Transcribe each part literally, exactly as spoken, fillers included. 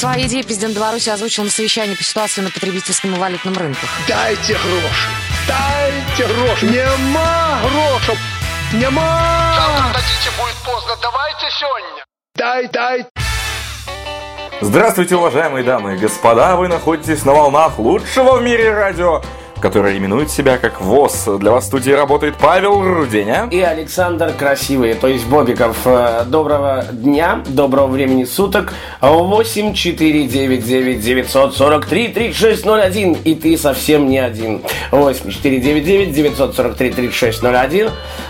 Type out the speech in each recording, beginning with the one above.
Свои идеи президент Беларуси озвучил на совещании по ситуации на потребительском и валютном рынках. Дайте гроши, дайте гроши, нема грошей, нема. Завтра дадите, будет поздно, давайте сегодня. Дай, дай. Здравствуйте, уважаемые дамы и господа, вы находитесь на волнах лучшего в мире радио, которое именует себя как ВОС. Для вас в студии работает Павел Руденя и Александр Красивый, то есть Бобиков. Доброго дня, доброго времени суток. восемь четыре девять девять девятьсот сорок три тридцать шесть ноль один. И ты совсем не один. восемь четыре девять девять девятьсот сорок три тридцать шесть ноль один.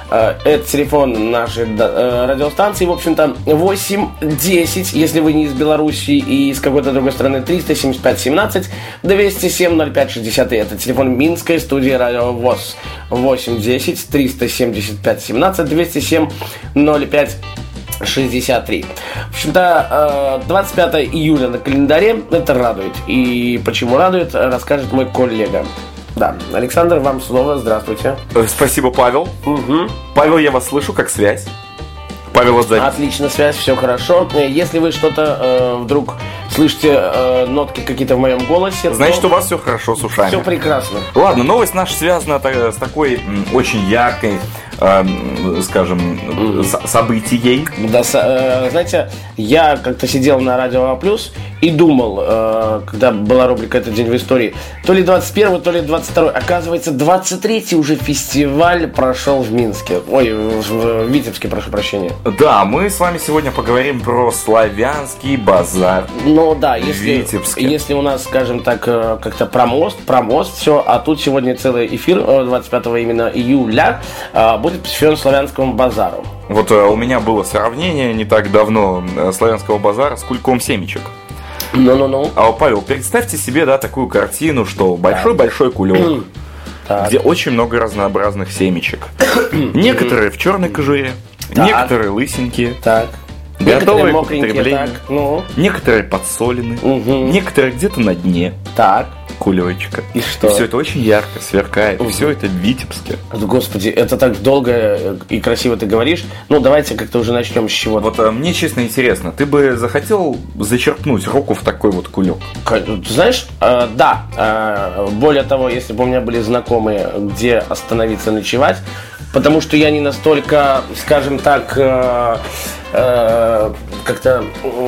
Это телефон нашей радиостанции. В общем-то, восемь десять, если вы не из Беларуси и из какой-то другой страны, триста семьдесят пять семнадцать двести семь ноль пять шестьдесят. Это телефон Минской студии радио ВОС. восемь десять триста семьдесят пять семнадцать двести семь ноль пять шестьдесят три. В общем-то, двадцать пятое июля на календаре. Это радует. И почему радует, расскажет мой коллега. Да, Александр, вам слово. Здравствуйте. Спасибо, Павел. Угу. Павел, я вас слышу как связь. Павел, отзови. Отлично, связь, все хорошо. Если вы что-то э, вдруг слышите, э, нотки какие-то в моем голосе, значит, у вас все хорошо с ушами. Все прекрасно. Ладно, новость наша связана с такой очень яркой, э, скажем, mm. событией. Да, э, знаете, я как-то сидел на Радио А Плюс и думал, э, когда была рубрика «Этот день в истории», то ли двадцать первый, то ли двадцать второй. Оказывается, двадцать третий уже фестиваль прошел в Минске. Ой, в Витебске, прошу прощения. Да, мы с вами сегодня поговорим про славянский базар. Ну да, если, Витебске. Если у нас, скажем так, как-то про мост, про мост, все, а тут сегодня целый эфир двадцать пятого именно июля будет посвящен славянскому базару. Вот у меня было сравнение не так давно славянского базара с кульком семечек. Ну-ну-ну. А, Павел, представьте себе, да, такую картину, что большой-большой кулек, где очень много разнообразных семечек. Некоторые в черной кожуре, так. Некоторые лысенькие, так. готовые к употреблению, так. Ну. Некоторые подсолены, угу. Некоторые где-то на дне. Так. Кулечка. И что? И все это очень ярко сверкает. Угу. И все это в Витебске. Господи, это так долго и красиво ты говоришь. Ну, давайте как-то уже начнем с чего-то. Вот а, мне честно интересно, ты бы захотел зачерпнуть руку в такой вот кулек? Ты знаешь, э, да. Э, более того, если бы у меня были знакомые, где остановиться ночевать, потому что я не настолько, скажем так, э, э, как-то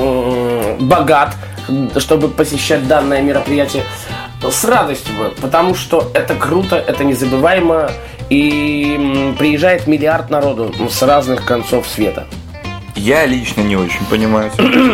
э, богат, чтобы посещать данное мероприятие. С радостью бы, потому что это круто, это незабываемо, и м, приезжает миллиард народу с разных концов света. Я лично не очень понимаю.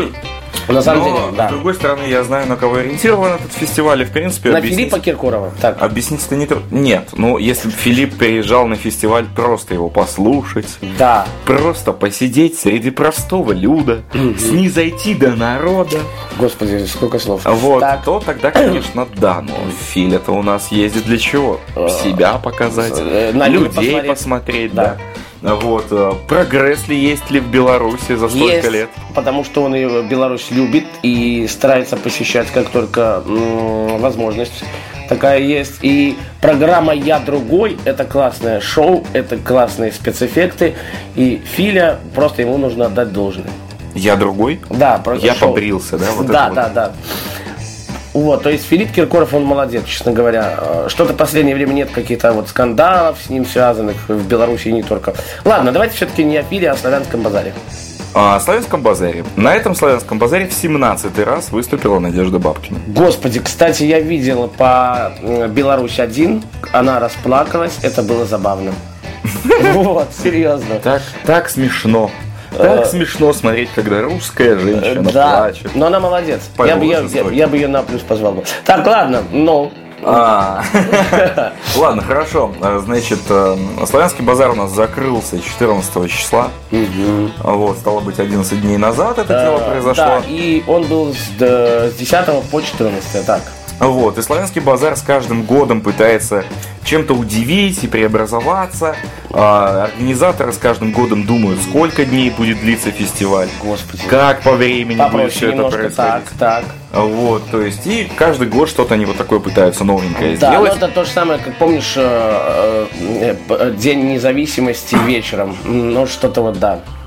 На самом Но, деле, да. С другой стороны, я знаю, на кого ориентирован этот фестиваль, и, в принципе, на объяснить... Филиппа Киркорова. Так. Объяснить это не трудно. Нет, ну, если бы Филипп приезжал на фестиваль, просто его послушать, да. Просто посидеть среди простого люда, mm-hmm. снизойти до народа. Господи, сколько слов. Вот, так. то тогда, конечно, да, но Филя-то у нас ездит для чего? Себя показать, на людей посмотреть, посмотреть да. да. Вот, прогресс ли есть ли в Беларуси за столько есть, лет? Потому что он и Беларусь любит и старается посещать, как только м- возможность такая есть. И программа «Я другой» — это классное шоу, это классные спецэффекты. И Филя, просто ему нужно отдать должное. Я другой? Да, просто Я шоу. Побрился, да? Вот да, это да, вот. да. Вот, то есть Филипп Киркоров, он молодец, честно говоря. Что-то в последнее время нет каких-то вот скандалов с ним связанных в Беларуси и не только. Ладно, давайте все-таки не о Филе, а о славянском базаре. О славянском базаре. На этом славянском базаре в семнадцатый раз выступила Надежда Бабкина. Господи, кстати, я видел по Беларусь один, она расплакалась, это было забавно. Вот, серьезно. Так, так смешно. Так смешно смотреть, когда русская женщина да, плачет. Но она молодец. Я бы, я, я, я бы ее на плюс позвал бы. Так, ладно, ну. А, ладно, хорошо. Значит, славянский базар у нас закрылся четырнадцатого числа. Вот, стало быть, одиннадцать дней назад это дело произошло. Да, и он был с десятого по четырнадцатое, так. Вот, и славянский базар с каждым годом пытается чем-то удивить и преобразоваться. А, организаторы с каждым годом думают, сколько дней будет длиться фестиваль. Господи. Как по времени Попроще будет все это происходить. Так, так. Вот, то есть, и каждый год что-то они вот такое пытаются новенькое да, сделать. Да, ну это то же самое, как помнишь, День независимости вечером. Ну, что-то вот, да.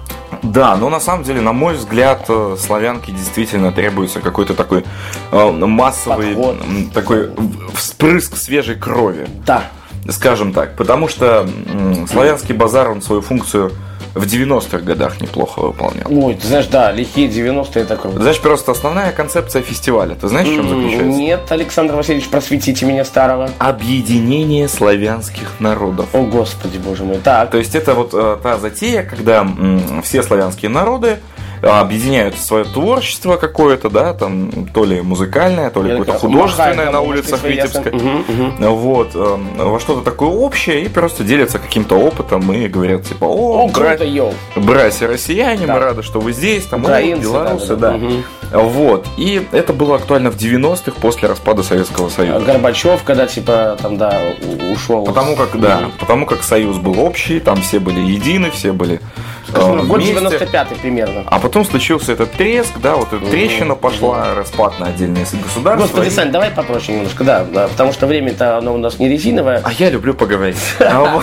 Да, но на самом деле, на мой взгляд, э, славянке действительно требуется какой-то такой э, массовый Подход. м, такой в- вспрыск свежей крови, Да. скажем так. Потому что м, славянский базар, он свою функцию в девяностых годах неплохо выполнял. Ой, ты знаешь, да, лихие девяностые такое. Знаешь, просто основная концепция фестиваля, ты знаешь, в чем заключается? Нет, Александр Васильевич, просветите меня старого. Объединение славянских народов. О, Господи, боже мой. Так. То есть это вот э, та затея, когда м, все славянские народы э, объединяют свое творчество какое-то, да, там, то ли музыкальное, то ли Или какое-то как художественное махать, на может, улицах если ясно. Витебска. Мгм, мгм. Вот, э, во что-то такое общее, и просто делятся каким-то опытом и говорят, типа, о, О, бра- круто, йоу. братья россияне, Да. мы рады, что вы здесь, там, о, Украинцы, белорусы, да, да. да, да. Мгм. Вот, и это было актуально в девяностых после распада Советского Союза. Горбачев, когда, типа, там, да, у- ушел. Потому как, да, потому как союз был общий, там все были едины, все были э, Ну, год вместе. девяносто пятый примерно. А потом случился этот треск, да, вот эта трещина пошла, распад на отдельные государства. Господи, И- Сань, давай попроще немножко, да, да, потому что время-то оно у нас не резиновое. А я люблю поговорить. А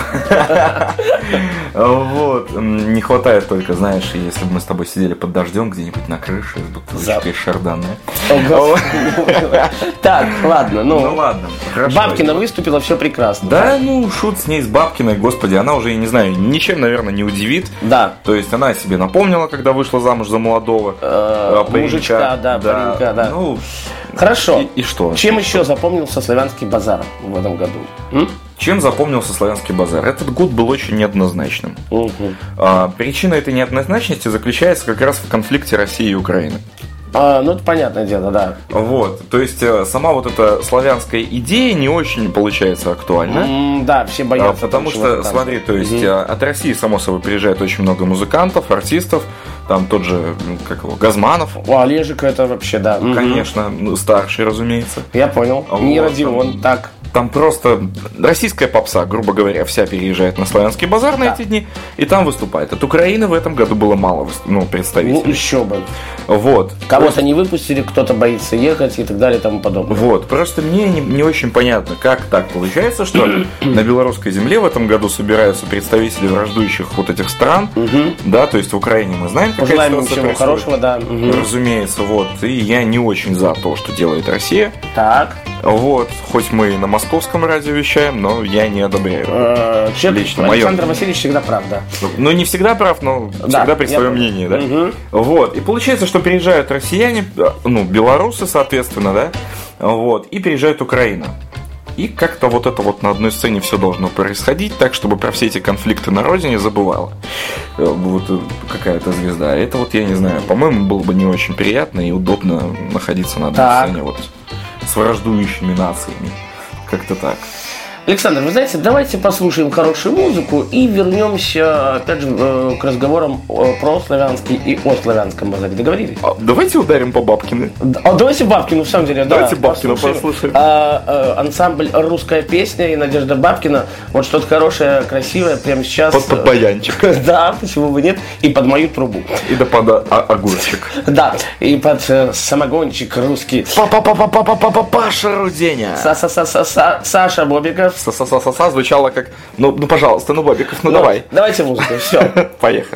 Вот. Вот. М, Не хватает только, знаешь, если бы мы с тобой сидели под дождем где-нибудь на крыше с бутылочкой шардоне. О, Господи. Так, ладно, Ну ну, ладно, хорошо. Бабкина выступила, все прекрасно. Да, ну, шут с ней, с Бабкиной, господи, она уже, я не знаю, ничем, наверное, не удивит. Да. То есть она себе напомнила, когда вышла замуж за молодого Э, э, паренька. мужичка, да, паренька, да. Ну, Хорошо. и, и что? Чем еще запомнился славянский базар в этом году? М? Чем запомнился славянский базар? Этот год был очень неоднозначным. Мгм. А, причина этой неоднозначности заключается как раз в конфликте России и Украины. А, ну, это понятное дело, да. Вот, то есть э, сама вот эта славянская идея не очень получается актуальна. М, Да, все А, боятся. Потому чего-то что, там. смотри, то есть Мгм. э, от России, само собой, приезжает очень много музыкантов, артистов, там тот же, м, как его, Газманов, У Олежика это вообще, да. Мгм. конечно, ну, старший, разумеется. Я понял. Вот, Не Родион, так. Там просто российская попса, грубо говоря, вся переезжает на славянский базар на Да. эти дни, и там выступает. От Украины в этом году было мало выс- ну, Ну, представителей. еще бы. Вот. Кого-то не выпустили, кто-то боится ехать и так далее и тому подобное. Вот, просто мне не, не очень понятно, как так получается, что на белорусской земле в этом году собираются представители враждующих вот этих стран, да, то есть в Украине мы знаем, какая Пожелаем им ситуация всего происходит. хорошего, да. Мгм. Разумеется, вот, и я не очень за то, что делает Россия, Так. вот, хоть мы и на московском радио вещаем, но я не одобряю. Э, Человек, Лично моё Александр мнение. Васильевич всегда прав, да. Ну, не всегда прав, но всегда при я своем понял. мнении, да? Мгм. Вот. И получается, что приезжают россияне, ну, белорусы, соответственно, да, вот, и приезжает Украина. И как-то вот это вот на одной сцене все должно происходить так, чтобы про все эти конфликты на родине забывала э, вот э, какая-то звезда. Это вот, я не знаю, по-моему, было бы не очень приятно и удобно находиться на одной Так. сцене вот с враждующими нациями. Как-то так. Александр, вы знаете, давайте послушаем хорошую музыку и вернемся, опять же, э, к разговорам о- про славянский и о славянском базаре. Договорились? А, давайте ударим по Бабкиной. А давайте Бабкину, в самом деле, да. Давайте Бабкину послушаем. А, а, ансамбль «Русская песня» и Надежда Бабкина. Вот что-то хорошее, красивое прямо сейчас. Под, под баянчик. Да, почему бы нет? И под мою трубу. И да под а- огурчик. Да, и под э, самогончик русский. Па-па-па-па-па-па-па, Паша Руденя. Са-са-са-са-са, Саша Бобиков. Са-са-са-са звучало как, ну, ну, пожалуйста, ну, Бобиков, ну, давай. Давайте музыку, все. Поехали.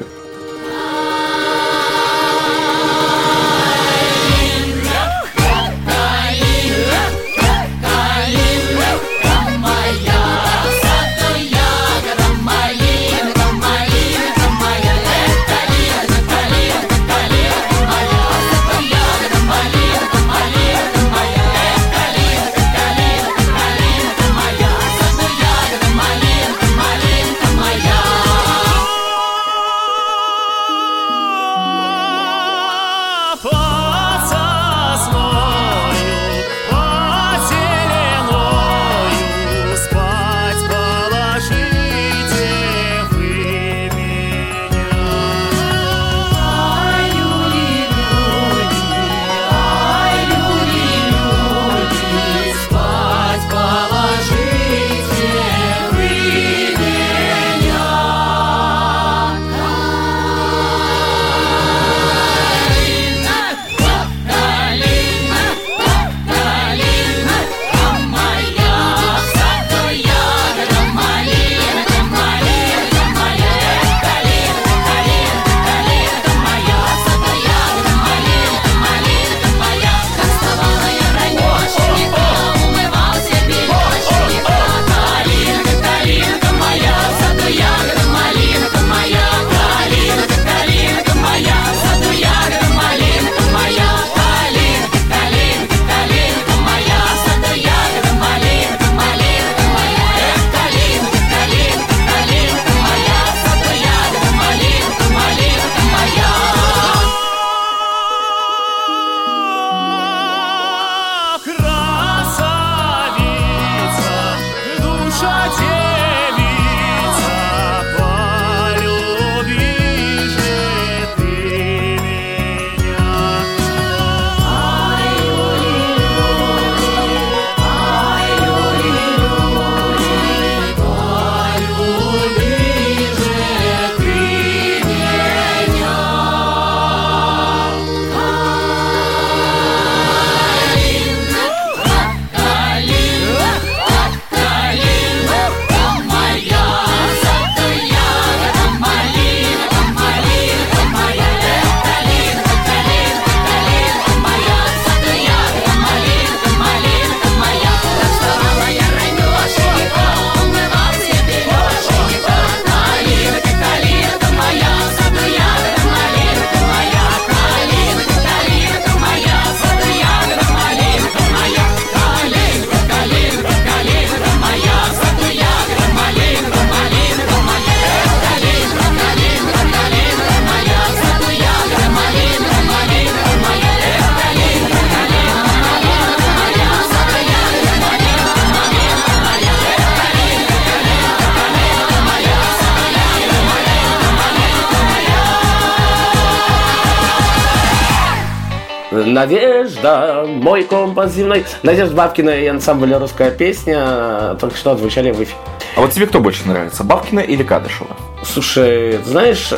Надежда, мой компас земной. Надежда Бабкина и ансамбль «Русская песня» только что отзвучали в эфире. А вот тебе кто больше нравится, Бабкина или Кадышева? Слушай, знаешь,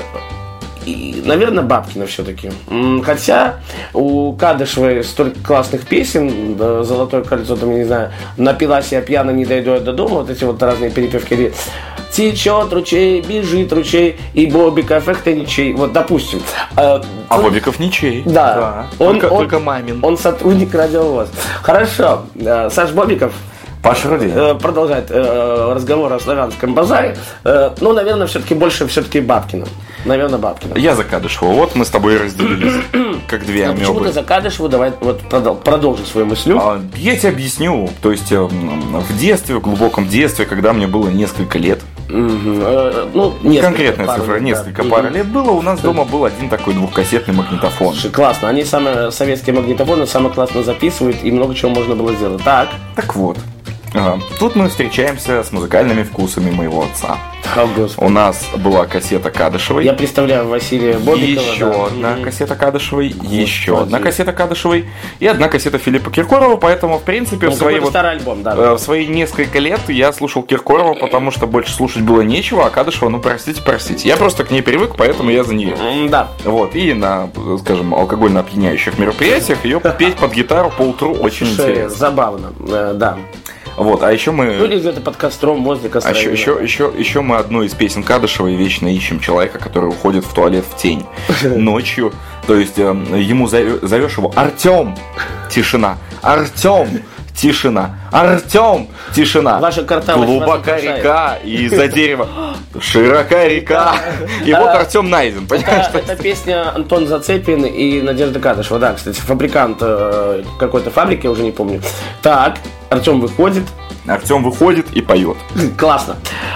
и, наверное, Бабкина все-таки. Хотя у Кадышевой столько классных песен, да, «Золотое кольцо», там, я не знаю, «Напилась я пьяна, не дойду я до дома», вот эти вот разные перепевки. «Течет ручей, бежит ручей, и Бобиков, эх ты ничей». Вот, допустим. А он, Бобиков ничей. Да. да. Он, только, он, только мамин. Он сотрудник радиовоз. Хорошо. Саш Бобиков Паша Руди продолжает э, разговор о славянском базаре. Э, ну, наверное, все-таки больше все-таки Бабкина. Наверное, Бабкина. Я за Кадышеву. Вот мы с тобой разделились, как две амебы. Почему ты за Кадышеву? Давай вот продолжи свою мысль. А, я тебе объясню. То есть в детстве, в глубоком детстве, когда мне было несколько лет, угу. э, ну, не конкретная цифра, лет, несколько да. пары угу. лет было, у нас дома был один такой двухкассетный магнитофон. Слушай, классно. Они самые советские магнитофоны самые классно записывают, и много чего можно было сделать. Так. Так вот. Ага. Тут мы встречаемся с музыкальными вкусами моего отца. О, Господи. У нас была кассета Кадышевой. Я представляю Василия Бобикова. Еще да. одна mm-hmm. кассета Кадышевой. Господи. Еще одна кассета Кадышевой. И одна кассета Филиппа Киркорова. Поэтому, в принципе, ну, в, свои вот, старый альбом, да, э, в свои несколько лет я слушал Киркорова, потому что больше слушать было нечего, а Кадышева, ну, простите, простите. Я просто к ней привык, поэтому я за нее. Mm, да. Вот. И на, скажем, алкогольно опьяняющих мероприятиях ее петь под гитару по утру очень Слушай, интересно. Забавно, э, да. Вот, а еще мы... Ну, или где-то под костром, возле костра. А еще, еще, еще, еще мы одну из песен Кадышевой вечно ищем человека, который уходит в туалет в тень ночью. То есть э, ему зовешь его: Артем, тишина, Артем, тишина, Артем, тишина. Ваша карта глубока река, и за дерева широка река. И вот Артем найден, понимаешь? Это песня Антон Зацепин и Надежда Кадышева. Да, кстати, фабрикант какой-то фабрики, я уже не помню. Так, Артем выходит. Артем выходит и поет. Классно.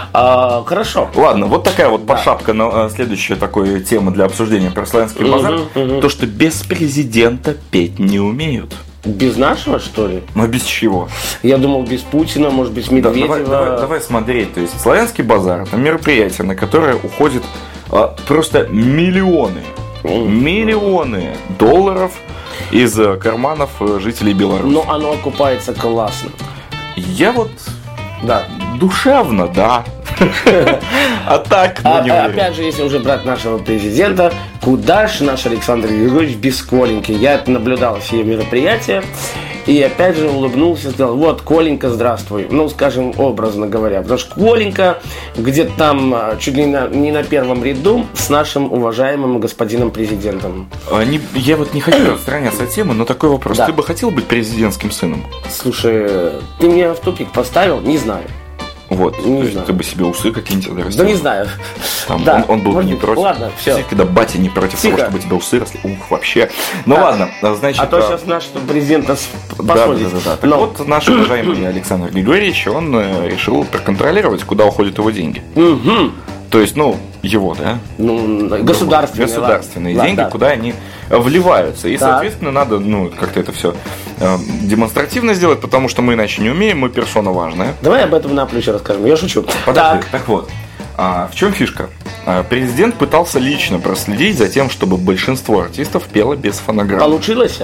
А, хорошо. Ладно, вот такая вот подшапка на следующая такая тема для обсуждения про славянский базар. Угу, угу. То, что без президента петь не умеют. Без нашего, что ли? Ну, без чего? Я думал, без Путина, может, без Медведева. Да, давай, давай, давай смотреть. То есть, славянский базар – это мероприятие, на которое уходит а, просто миллионы, миллионы долларов из карманов жителей Беларуси. Но оно окупается классно. Я вот... Да. Душевно, да. А так, ну, не уверен. Опять же, если уже брать нашего президента, куда же наш Александр Григорьевич без Коленьки? Я это наблюдал все мероприятия. И опять же улыбнулся, сказал: вот, Коленька, здравствуй. Ну, скажем, образно говоря. Потому что Коленька где-то там чуть ли не на первом ряду с нашим уважаемым господином президентом. Не, я вот не хочу отстраняться от темы, но такой вопрос. Да. Ты бы хотел быть президентским сыном? Слушай, ты меня в тупик поставил? Не знаю. Вот, не то есть знаю. ты бы себе усы какие-нибудь отрастил? Да не знаю. Там, да. он, он был бы не против. Ладно, все. Когда батя не против Тихо. того, чтобы тебе усы росли. Ух, вообще. Ну да. ладно, значит... А то а... сейчас наш президент Да, посмотрит. да, да, да. Так Но... вот, наш уважаемый Александр Григорьевич, он решил проконтролировать, куда уходят его деньги. Угу. То есть, ну, его, да? Ну, государственные. Государственные ладно. деньги, Да, да. куда они вливаются. И, Так. соответственно, надо, ну, как-то это все э, демонстративно сделать, потому что мы иначе не умеем, мы персона важная. Давай об этом на плюсе расскажем. Я шучу. Подожди, Так. так вот, а, в чем фишка? А, президент пытался лично проследить за тем, чтобы большинство артистов пело без фонограмм. Получилось?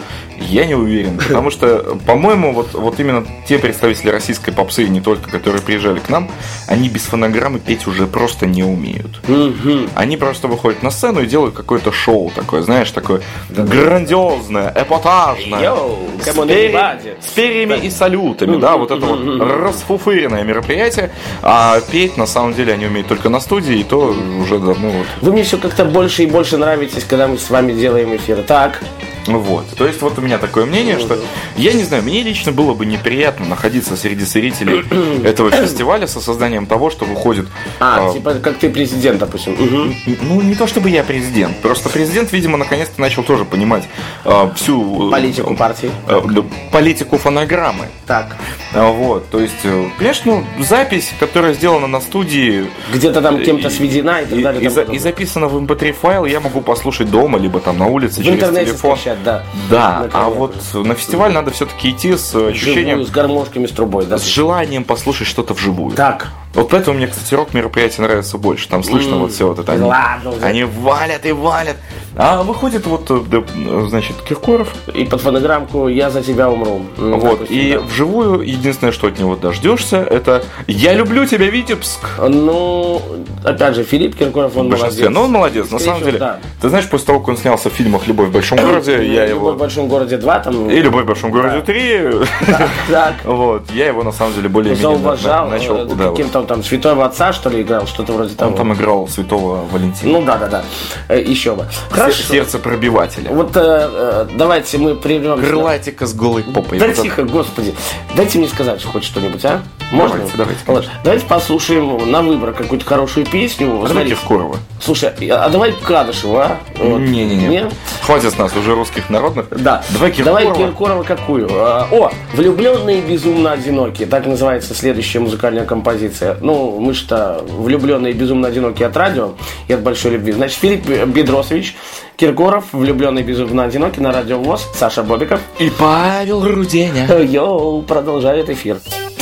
Я не уверен, потому что, по-моему, вот, вот именно те представители российской попсы, и не только, которые приезжали к нам, они без фонограммы петь уже просто не умеют. Угу. Они просто выходят на сцену и делают какое-то шоу такое, знаешь, такое грандиозное, эпатажное, Йоу, с, come on, перья- everybody. с перьями и салютами, да, вот это вот расфуфыренное мероприятие, а петь, на самом деле, они умеют только на студии, и то уже давно вот. Вы мне все как-то больше и больше нравитесь, когда мы с вами делаем эфир. Так. Вот, то есть вот у меня такое мнение, что, я не знаю, мне лично было бы неприятно находиться среди зрителей этого фестиваля со созданием того, что выходит... А, э, типа как ты президент, допустим. Угу. Ну, не то чтобы я президент, просто президент, видимо, наконец-то начал тоже понимать э, всю... э, Политику партии. э, э, политику фонограммы. Так. А, Вот, то есть, э, понимаешь, ну, запись, которая сделана на студии... Где-то там кем-то сведена и так И, далее. и и за- тому и записана в эм пэ три файл, я могу послушать дома, либо там на улице, В через интернете телефон. скачать, да. Да, На а кого-то. вот на фестиваль надо все-таки идти с ощущением, Живую, с гармошками, с трубой, да. с желанием послушать что-то вживую. Так. Вот поэтому мне, кстати, рок-мероприятие нравится больше. Там слышно М, вот все вот это. Они, ладно уже. они валят и валят. А выходит вот, значит, Киркоров. И под фонограммку «Я за тебя умру». Ну, вот, допустим, и да. вживую единственное, что от него дождешься, это «Я люблю тебя, Витебск». Ну, опять же, Филипп Киркоров, он В большинстве. молодец. Ну, он молодец, на самом Встречу, деле. да. Ты знаешь, после того, как он снялся в фильмах «Любовь в большом городе», я его... «Любовь в большом городе два» там... И «Любовь в большом городе три». Так. Вот, я его на самом деле более-менее Зауважал, начал. э, Да, вот. каким-то там святого отца, что ли, играл, что-то вроде того. Он там играл святого Валентина. Ну да, да, да. Э, еще бы. Хорошо. Сердце пробивателя. Вот э, э, давайте мы прервем. Крылатика с голой попой. Да Вот тихо, господи. Дайте мне сказать хоть что-нибудь, а? Можно? Давайте, давайте, Ладно. Давайте послушаем на выбор какую-то хорошую песню. Давай Смотрите. Киркорова. Слушай, а давай Кадышева, а? Вот. Не-не-не. Нет? Хватит с нас уже русских народных. Да. Давай Киркорова. Давай Киркорова какую? А, О, «Влюбленные безумно одинокие». Так называется следующая музыкальная композиция. Ну, мы что, влюбленные безумно одинокие от радио и от большой любви. Значит, Филипп Бедросович Киркоров, «Влюбленные безумно одинокие» на радио ВОС, Саша Бобиков И Павел Руденя. Йоу, продолжает эфир.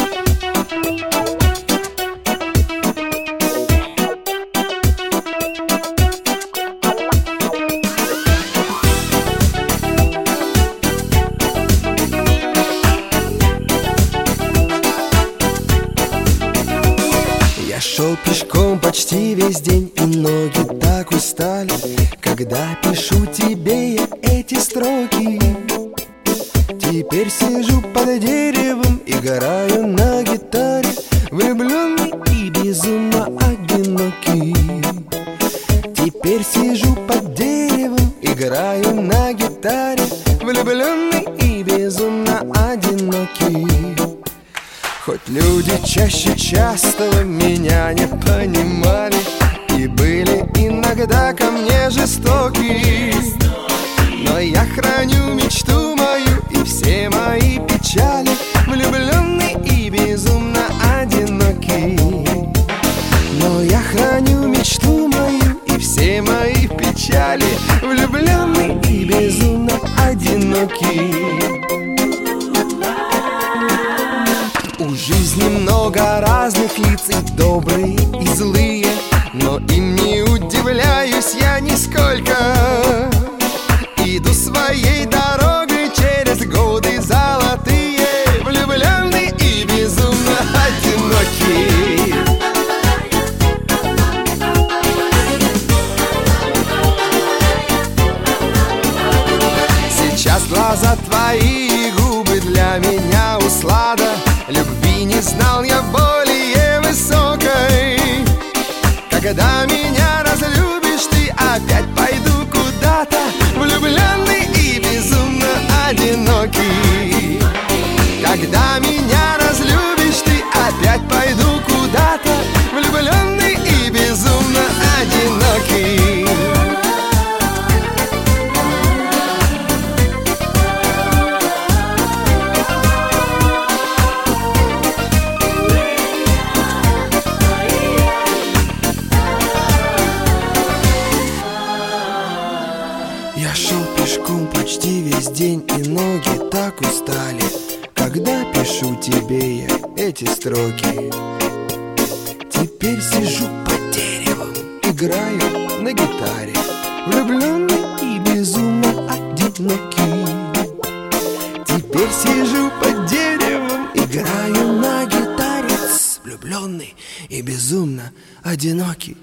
Я шел пешком почти весь день, и ноги так устали, когда пишу тебе я эти строки. Теперь сижу под деревом, играю на гитаре, влюбленный и безумно одинокий. Теперь сижу под деревом, играю на гитаре, влюбленный и безумно одинокий. Хоть люди чаще частого меня не понимали и были иногда ко мне жестоки, но я храню мечту мою и все мои печали, влюбленный и безумно одинокий. Но я храню мечту мою и все мои печали, влюбленный и безумно одинокий. У жизни много разных лиц, и добрые, и злые, но им не удивляюсь я нисколько. Иду своей дорогой через годы золотые, влюбленный и безумно одинокий. Сейчас глаза твои и губы для меня услада, любви не знал я более высокой. Когда меня разлюбишь, ты опять пойду куда-то, влюбленный и безумно одинокий. Когда меня разлюбишь, ты опять пойду куда-то, влюбленный и безумно одинокий. Я шел пешком почти весь день, и ноги так устали, когда пишу тебе я эти строки. Теперь сижу под деревом, играю на гитаре, влюбленный и безумно одинокий. Теперь сижу под деревом, играю на гитаре, влюбленный и безумно одинокий.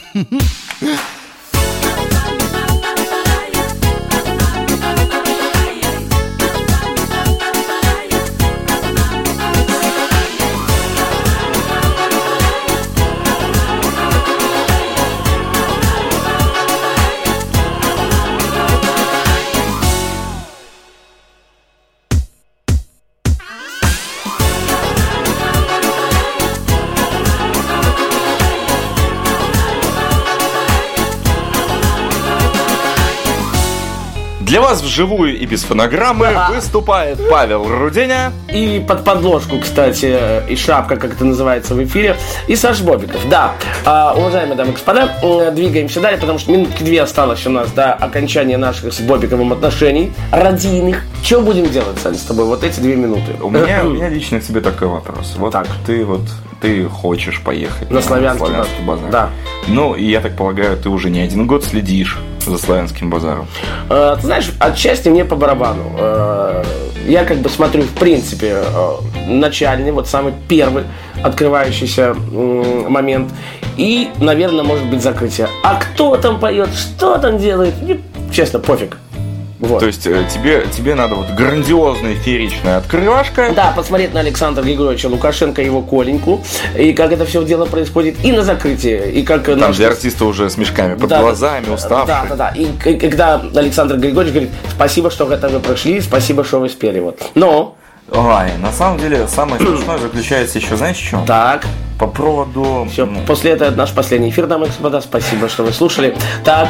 Для вас вживую и без фонограммы Да. выступает Павел Руденя. И под подложку, кстати, и шапка, как это называется в эфире, и Саш Бобиков. Да, а, уважаемые дамы и господа, э, двигаемся далее, потому что минутки две осталось у нас до окончания наших с Бобиковым отношений родийных. Что будем делать, Сань, с тобой вот эти две минуты? У меня, у меня лично к тебе такой вопрос. Вот Так. ты вот ты хочешь поехать На славянский славянский базар. Да. Ну, и я так полагаю, ты уже не один год следишь за славянским базаром. Э, ты знаешь, отчасти мне по барабану. Э, я как бы смотрю, в принципе, э, начальный, вот самый первый открывающийся э, момент. И, наверное, может быть закрытие. А кто там поет, что там делает, мне, честно, пофиг. Вот. То есть э, тебе, тебе надо вот грандиозная фееричная открывашка. Да, посмотреть на Александра Григорьевича Лукашенко, его Коленьку, и как это все дело происходит, и на закрытие, и как... Там наш... для артиста уже с мешками под да, глазами, уставший. Да, да, да. И, и когда Александр Григорьевич говорит, спасибо, что это вы пришли, спасибо, что вы спели. Вот. Но... Ой, на самом деле, самое смешное заключается еще, знаешь, в чем? Так. По поводу... Все, после этого наш последний эфир, дамы и господа. Спасибо, что вы слушали. Так.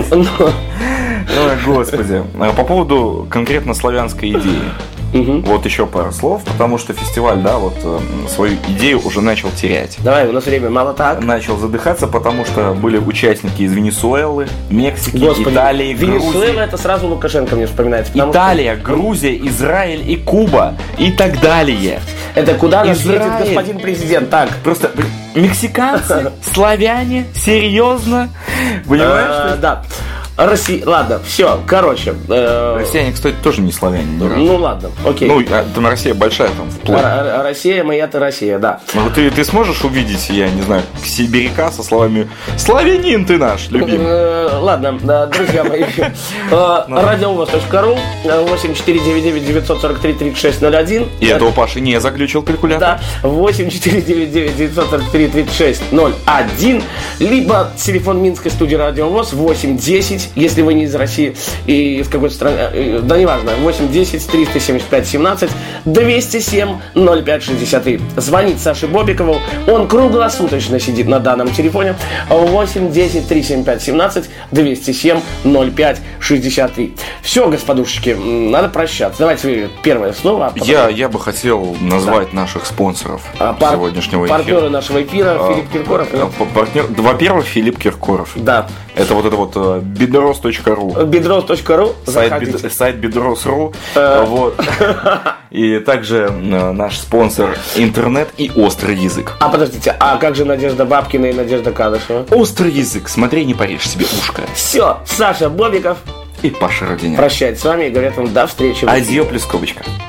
Ой, господи. По поводу конкретно славянской идеи. Угу. Вот еще пару слов, потому что фестиваль, да, вот э, свою идею уже начал терять. Давай, у нас время мало так. Начал задыхаться, потому что были участники из Венесуэлы, Мексики, Господи, Италии, Венесуэла, Грузии. это сразу Лукашенко мне вспоминается. Италия, что... Грузия, Израиль и Куба и так далее. Это куда нас Израиль. едет господин президент? Так. Просто мексиканцы, славяне, серьезно, понимаешь? Да. Россия, ладно, все, короче. Э... Россияне, кстати, тоже не славяне. Ну ладно, окей. Ну, там Россия большая, там вплоть. Р- Россия, моя-то Россия, да. Ну, ты, ты сможешь увидеть, я не знаю, сибиряка со словами «Славянин ты наш, любимый». Ладно, друзья мои. радиовоз точка ру восемь четыре девять девять девятьсот сорок три тридцать шесть ноль один. И это у Паши не заглючил калькулятор. Да, восемь четыре девять девять девятьсот сорок три тридцать шесть ноль один. Либо телефон Минской студии Радиовоз восемь десять. Если вы не из России и из какой-то страны, да неважно, восемь десять триста семьдесят пять семнадцать двести семь ноль пять шестьдесят три. Звонить Саше Бобикову, он круглосуточно сидит на данном телефоне. восемь десять триста семьдесят пять семнадцать двести семь ноль пять шестьдесят три. Все, господушечки, надо прощаться. Давайте первое слово. А потом... я, я бы хотел назвать да. наших спонсоров а, пар... сегодняшнего эфира. Партнеры нашего эфира, а, Филипп Киркоров. А, партнер... Во-первых, Филипп Киркоров. Да. Это вот это вот бедрос точка ру. бедрос точка ру. Сайт, бед... сайт бедрос точка ру. Вот. И также наш спонсор интернет и острый язык. А подождите, а как же Надежда Бабкина и Надежда Кадышева? Острый язык, смотри, не порежь себе ушко. Все, Саша Бобиков и Паша Родиняк прощается с вами и говорят вам до встречи. Адьё плюс скобочка.